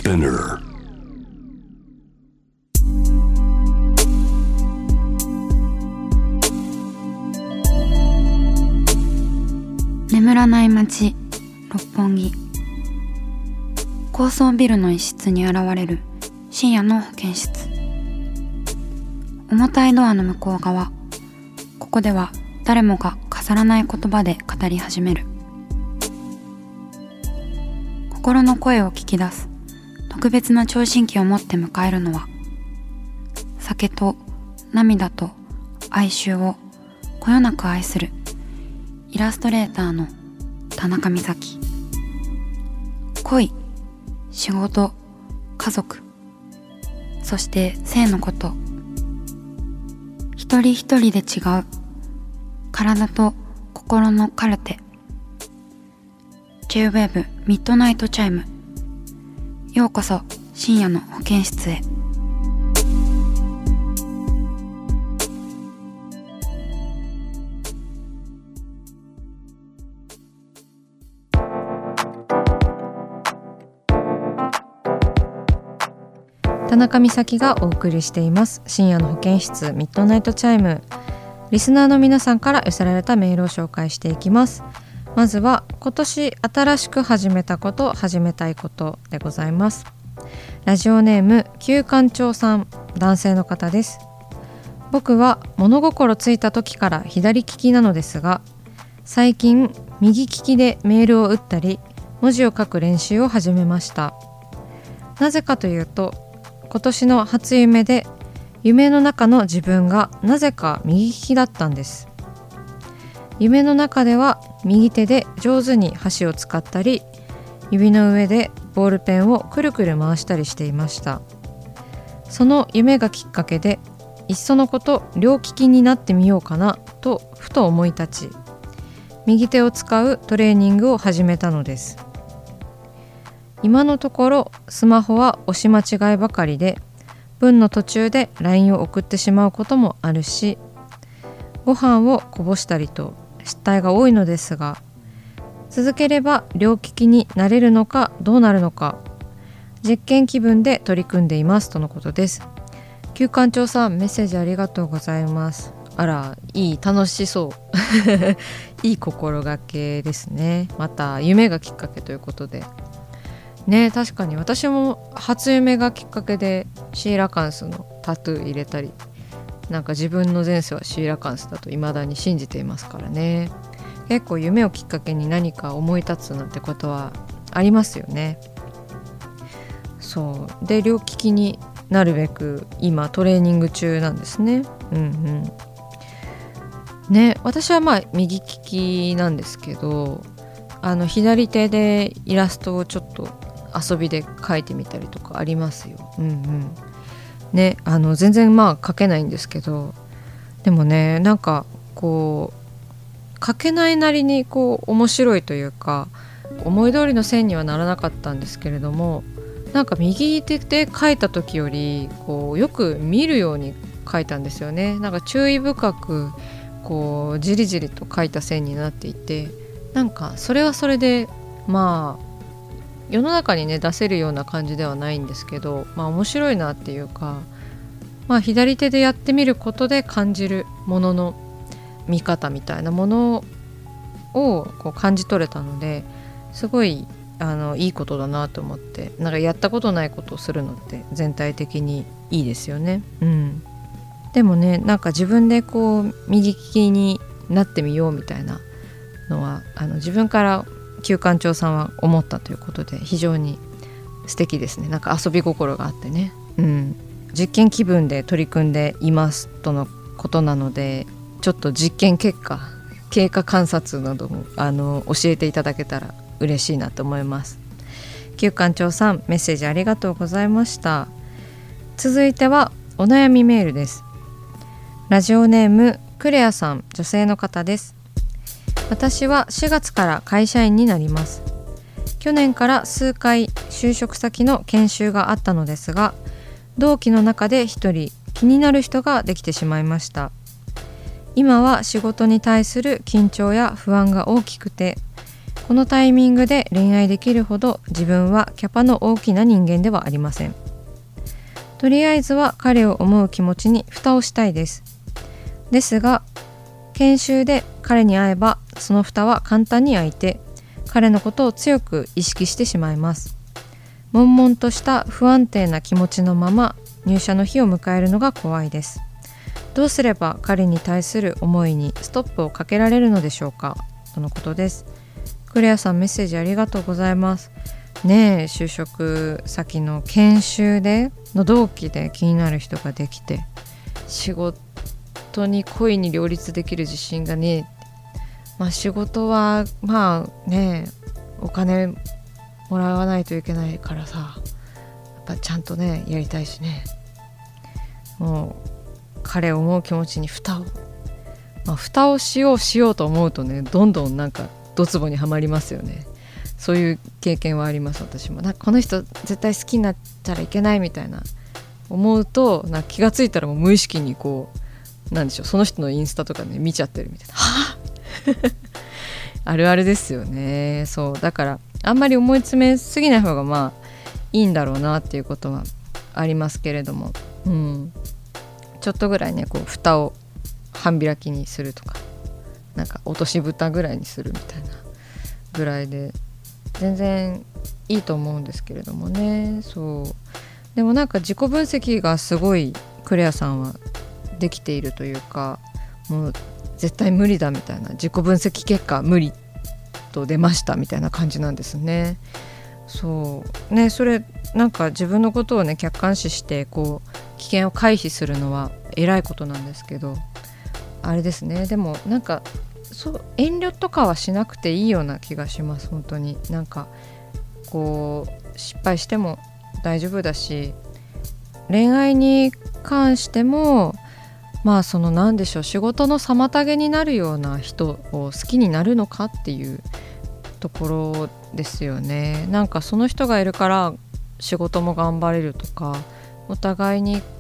Spinner。 眠らない街六本木。高層ビルの一室に現れる深夜の保健室。重たいドアの向こう側、ここでは誰もが飾らない言葉で語り始める。心の声を聞き出す特別な聴診器を持って迎えるのは、酒と涙と哀愁をこよなく愛するイラストレーターの田中美咲。恋、仕事、家族、そして性のこと、一人一人で違う体と心のカルテ。 J-WAVE ミッドナイトチャイム。ようこそ深夜の保健室へ。 田中美咲がお送りしています深夜の保健室ミッドナイトチャイム。リスナーの皆さんから寄せられたメールを紹介していきます。まずは今年新しく始めたこと、始めたいことでございます。ラジオネーム旧館長さん、男性の方です。僕は物心ついた時から左利きなのですが、最近右利きでメールを打ったり文字を書く練習を始めました。なぜかというと、今年の初夢で夢の中の自分がなぜか右利きだったんです。夢の中では右手で上手に箸を使ったり、指の上でボールペンをくるくる回したりしていました。その夢がきっかけで、いっそのこと両利きになってみようかなとふと思い立ち、右手を使うトレーニングを始めたのです。今のところスマホは押し間違いばかりで、文の途中で LINE を送ってしまうこともあるし、ご飯をこぼしたりと失態が多いのですが、続ければ両利きになれるのかどうなるのか、実験気分で取り組んでいますとのことです。旧館長さん、メッセージありがとうございます。あら、いい、楽しそういい心がけですね。また夢がきっかけということでね。確かに私も初夢がきっかけでシーラカンスのタトゥー入れたり、なんか自分の前世はシーラカンスだと未だに信じていますからね。結構夢をきっかけに何か思い立つなんてことはありますよね。そうで、両利きになるべく今トレーニング中なんですね。ね、私は右利きなんですけど、左手でイラストをちょっと遊びで描いてみたりとかありますよ。ね、全然描けないんですけど、でもね、なんかこう描けないなりにこう面白いというか、思い通りの線にはならなかったんですけれども、なんか右手で描いた時よりこうよく見るように描いたんですよね。なんか注意深くこうじりじりと描いた線になっていて、なんかそれはそれで世の中にね出せるような感じではないんですけど、面白いなっていうか、左手でやってみることで感じるものの見方みたいなものをこう感じ取れたので、すごいいいことだなと思って、なんかやったことないことをするのって全体的にいいですよね。でもね、なんか自分でこう右利きになってみようみたいなのは自分から旧館長さんは思ったということで、非常に素敵ですね。なんか遊び心があってね、実験気分で取り組んでいますとのことなので、ちょっと実験結果、経過観察なども教えていただけたら嬉しいなと思います。旧館長さん、メッセージありがとうございました。続いてはお悩みメールです。ラジオネームクレアさん、女性の方です。私は4月から会社員になります。去年から数回就職先の研修があったのですが、同期の中で一人気になる人ができてしまいました。今は仕事に対する緊張や不安が大きくて、 このタイミングで恋愛できるほど自分はキャパの大きな人間ではありません。とりあえずは彼を思う気持ちに蓋をしたいです。ですが研修で彼に会えばその蓋は簡単に開いて、彼のことを強く意識してしまいます。悶々とした不安定な気持ちのまま入社の日を迎えるのが怖いです。どうすれば彼に対する思いにストップをかけられるのでしょうか、とのことです。クレアさん、メッセージありがとうございます。ねえ、就職先の研修での同期で気になる人ができて、仕事に恋に両立できる自信がねえ、仕事はねお金もらわないといけないからさ、やっぱちゃんとねやりたいしね、もう彼を思う気持ちに蓋をしようと思うとね、どんどんなんかドツボにはまりますよね。そういう経験はあります。私もこの人絶対好きになったらいけないみたいな思うと、気がついたらもう無意識になんでしょう、その人のインスタとかね見ちゃってるみたいなあるあるですよね。そうだからあんまり思い詰めすぎない方がいいんだろうなっていうことはありますけれども、ちょっとぐらいね蓋を半開きにするとか、落とし蓋ぐらいにするみたいなぐらいで全然いいと思うんですけれどもね。そうでも自己分析がすごいクレアさんはできているというか、もう絶対無理だみたいな、自己分析結果無理と出ましたみたいな感じなんですね。そうね、それ自分のことをね客観視して危険を回避するのは偉いことなんですけど、あれですね、でもそう遠慮とかはしなくていいような気がします。本当に失敗しても大丈夫だし、恋愛に関しても何でしょう、仕事の妨げになるような人を好きになるのかっていうところですよね。その人がいるから仕事も頑張れるとか、お互いに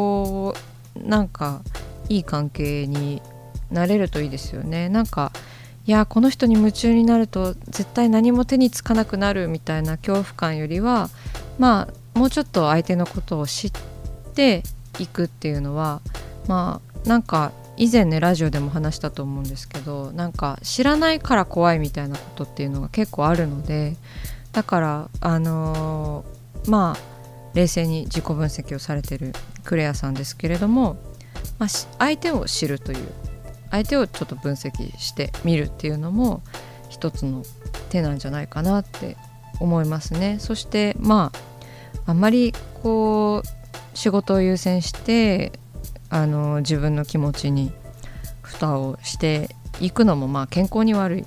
いい関係になれるといいですよね。いやこの人に夢中になると絶対何も手につかなくなるみたいな恐怖感よりは、もうちょっと相手のことを知っていくっていうのは、以前ねラジオでも話したと思うんですけど、知らないから怖いみたいなことっていうのが結構あるので、だから冷静に自己分析をされてるクレアさんですけれども、相手を知るという、相手をちょっと分析してみるっていうのも一つの手なんじゃないかなって思いますね。そしてあんまり仕事を優先して自分の気持ちに蓋をしていくのも健康に悪い、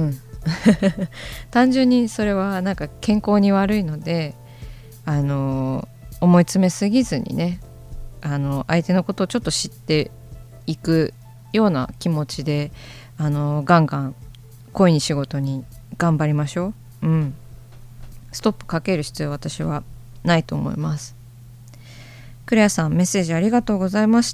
単純にそれは健康に悪いので、思い詰めすぎずにね、相手のことをちょっと知っていくような気持ちでガンガン恋に仕事に頑張りましょう。ストップかける必要は私はないと思います。クレアさん、メッセージありがとうございました。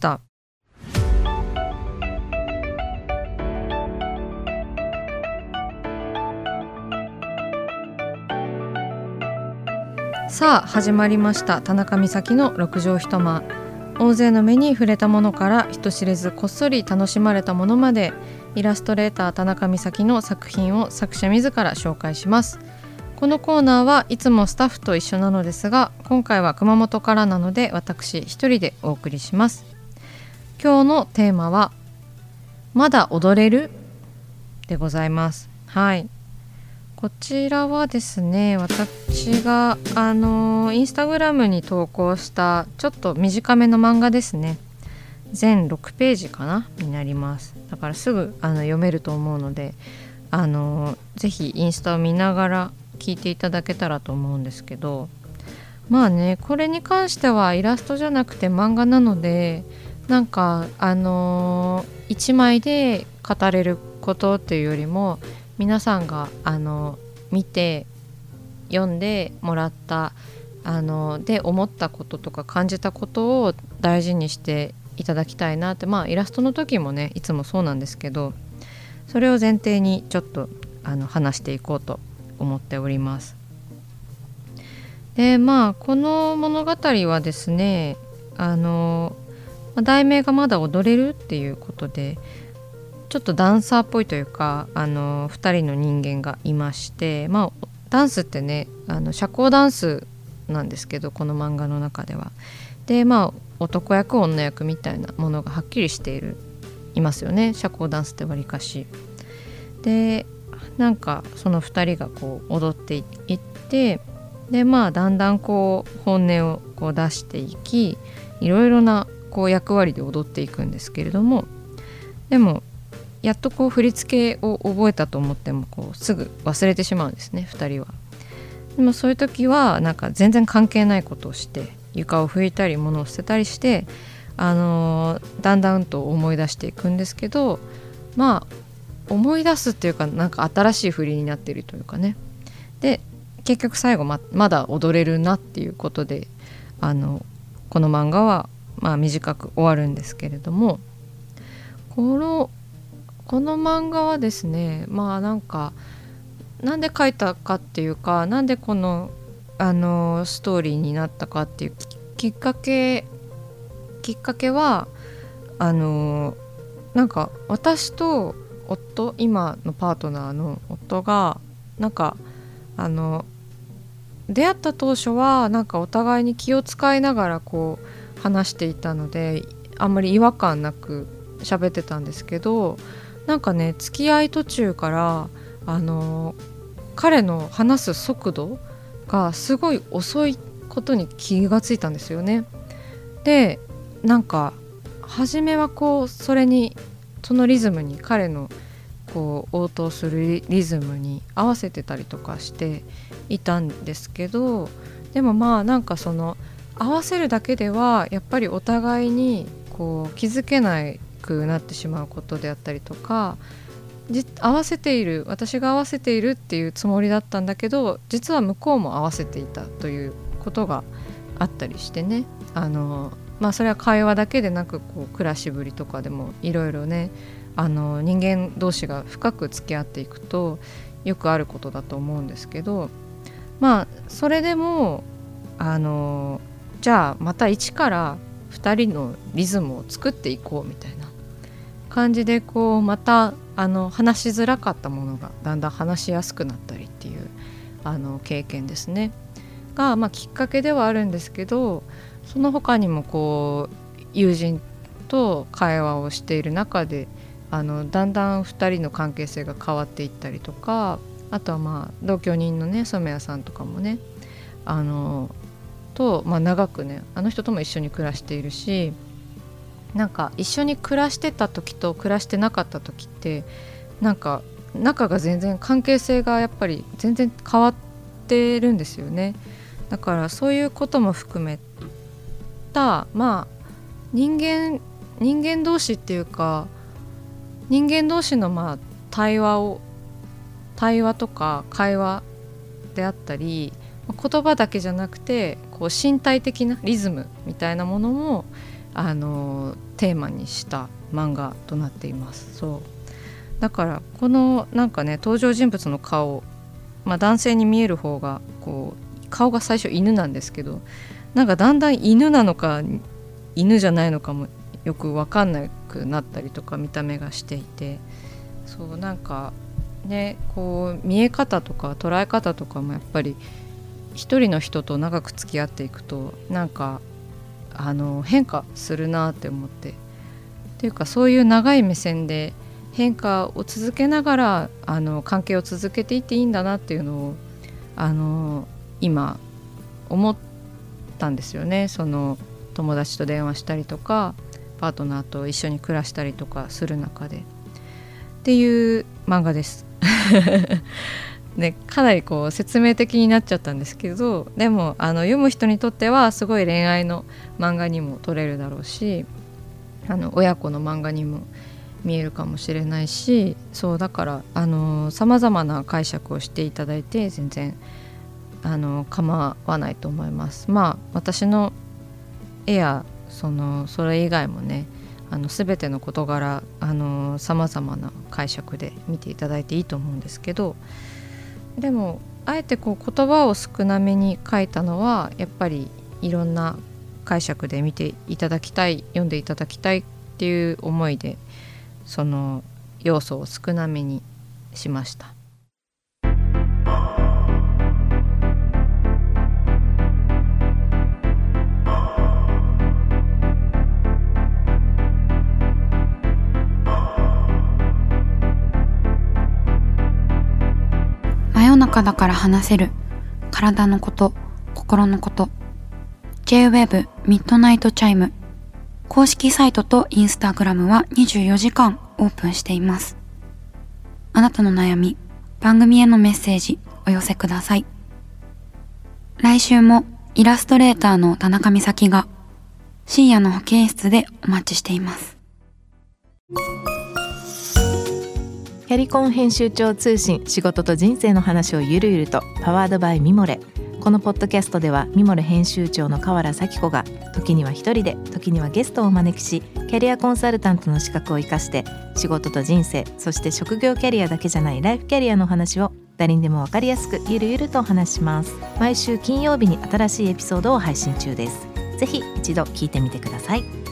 さあ始まりました、田中美咲の六畳一間。大勢の目に触れたものから人知れずこっそり楽しまれたものまで、イラストレーター田中美咲の作品を作者自ら紹介します。このコーナーはいつもスタッフと一緒なのですが、今回は熊本からなので私一人でお送りします。今日のテーマはまだ踊れるでございます。はい、こちらはですね、私がインスタグラムに投稿したちょっと短めの漫画ですね。全6ページかなになります。だからすぐ読めると思うので、ぜひインスタを見ながら聞いていただけたらと思うんですけど、これに関してはイラストじゃなくて漫画なので、一枚で語れることっていうよりも、皆さんが見て読んでもらったで思ったこととか感じたことを大事にしていただきたいなって、イラストの時もねいつもそうなんですけど、それを前提にちょっと話していこうと思っております。でこの物語はですね題名がまだ踊れるっていうことでちょっとダンサーっぽいというか2人の人間がいまして、ダンスってね社交ダンスなんですけど、この漫画の中ではで男役女役みたいなものがはっきりしていますよね、社交ダンスってわりかし。でなんかその2人がこう踊っていってでだんだんこう本音をこう出していき、いろいろなこう役割で踊っていくんですけれども、でもやっとこう振り付けを覚えたと思ってもこうすぐ忘れてしまうんですね、2人は。でもそういう時はなんか全然関係ないことをして床を拭いたり物を捨てたりして、だんだんと思い出していくんですけど、思い出すっていうかなんか新しい振りになっているというかね。で結局最後 まだ踊れるなっていうことでこの漫画は短く終わるんですけれども、この漫画はですねなんで書いたかっていうか、なんでこのストーリーになったかっていうきっかけはなんか私と今のパートナーの夫がなんか出会った当初はなんかお互いに気を使いながらこう話していたのであんまり違和感なく喋ってたんですけど、なんかね付き合い途中から彼の話す速度がすごい遅いことに気がついたんですよね。でなんか初めはこうそのリズムに彼のこう応答するリズムに合わせてたりとかしていたんですけど、でもなんかその合わせるだけではやっぱりお互いにこう気づけなくなってしまうことであったりとか、私が合わせているっていうつもりだったんだけど実は向こうも合わせていたということがあったりしてね、それは会話だけでなくこう暮らしぶりとかでもいろいろね人間同士が深く付き合っていくとよくあることだと思うんですけど、それでもじゃあまた一から2人のリズムを作っていこうみたいな感じでこうまた話しづらかったものがだんだん話しやすくなったりっていう経験ですねが、きっかけではあるんですけど、その他にもこう友人と会話をしている中でだんだん2人の関係性が変わっていったりとか、あとは同居人のね染谷さんとかもね長くねあの人とも一緒に暮らしているし、なんか一緒に暮らしてた時と暮らしてなかった時ってなんか仲が全然関係性がやっぱり全然変わってるんですよね。だからそういうことも含めた人間同士っていうか人間同士の対話とか会話であったり言葉だけじゃなくてこう身体的なリズムみたいなものもテーマにした漫画となっています。そうだからこのなんかね登場人物の顔、男性に見える方がこう顔が最初犬なんですけど、なんかだんだん犬なのか犬じゃないのかもよく分かんなくなったりとか見た目がしていて、そうなんかねこう見え方とか捉え方とかもやっぱり一人の人と長く付き合っていくとなんか変化するなって思ってっていうか、そういう長い目線で変化を続けながら関係を続けていっていいんだなっていうのを今思ったんですよね。その友達と電話したりとかパートナーと一緒に暮らしたりとかする中でっていう漫画ですね、かなりこう説明的になっちゃったんですけど、でも読む人にとってはすごい恋愛の漫画にも撮れるだろうし親子の漫画にも見えるかもしれないし、そうだから様々な解釈をしていただいて全然構わないと思います。私の絵やそれ以外もね全ての事柄様々な解釈で見ていただいていいと思うんですけど、でもあえてこう言葉を少なめに書いたのはやっぱりいろんな解釈で見ていただきたい、読んでいただきたいっていう思いでその要素を少なめにしました。 真夜中だから話せる体のこと、心のこと。 J-Web ミッドナイトチャイム公式サイトとインスタグラムは24時間オープンしています。あなたの悩み、番組へのメッセージお寄せください。来週もイラストレーターの田中美咲が深夜の保健室でお待ちしています。 キャリコン編集長通信、仕事と人生の話をゆるゆると、パワードバイミモレ。このポッドキャストではミモレ編集長の河原咲子が時には一人で、時にはゲストをお招きし、キャリアコンサルタントの資格を生かして仕事と人生、そして職業キャリアだけじゃないライフキャリアの話を誰にでも分かりやすくゆるゆるとお話します。毎週金曜日に新しいエピソードを配信中です。ぜひ一度聞いてみてください。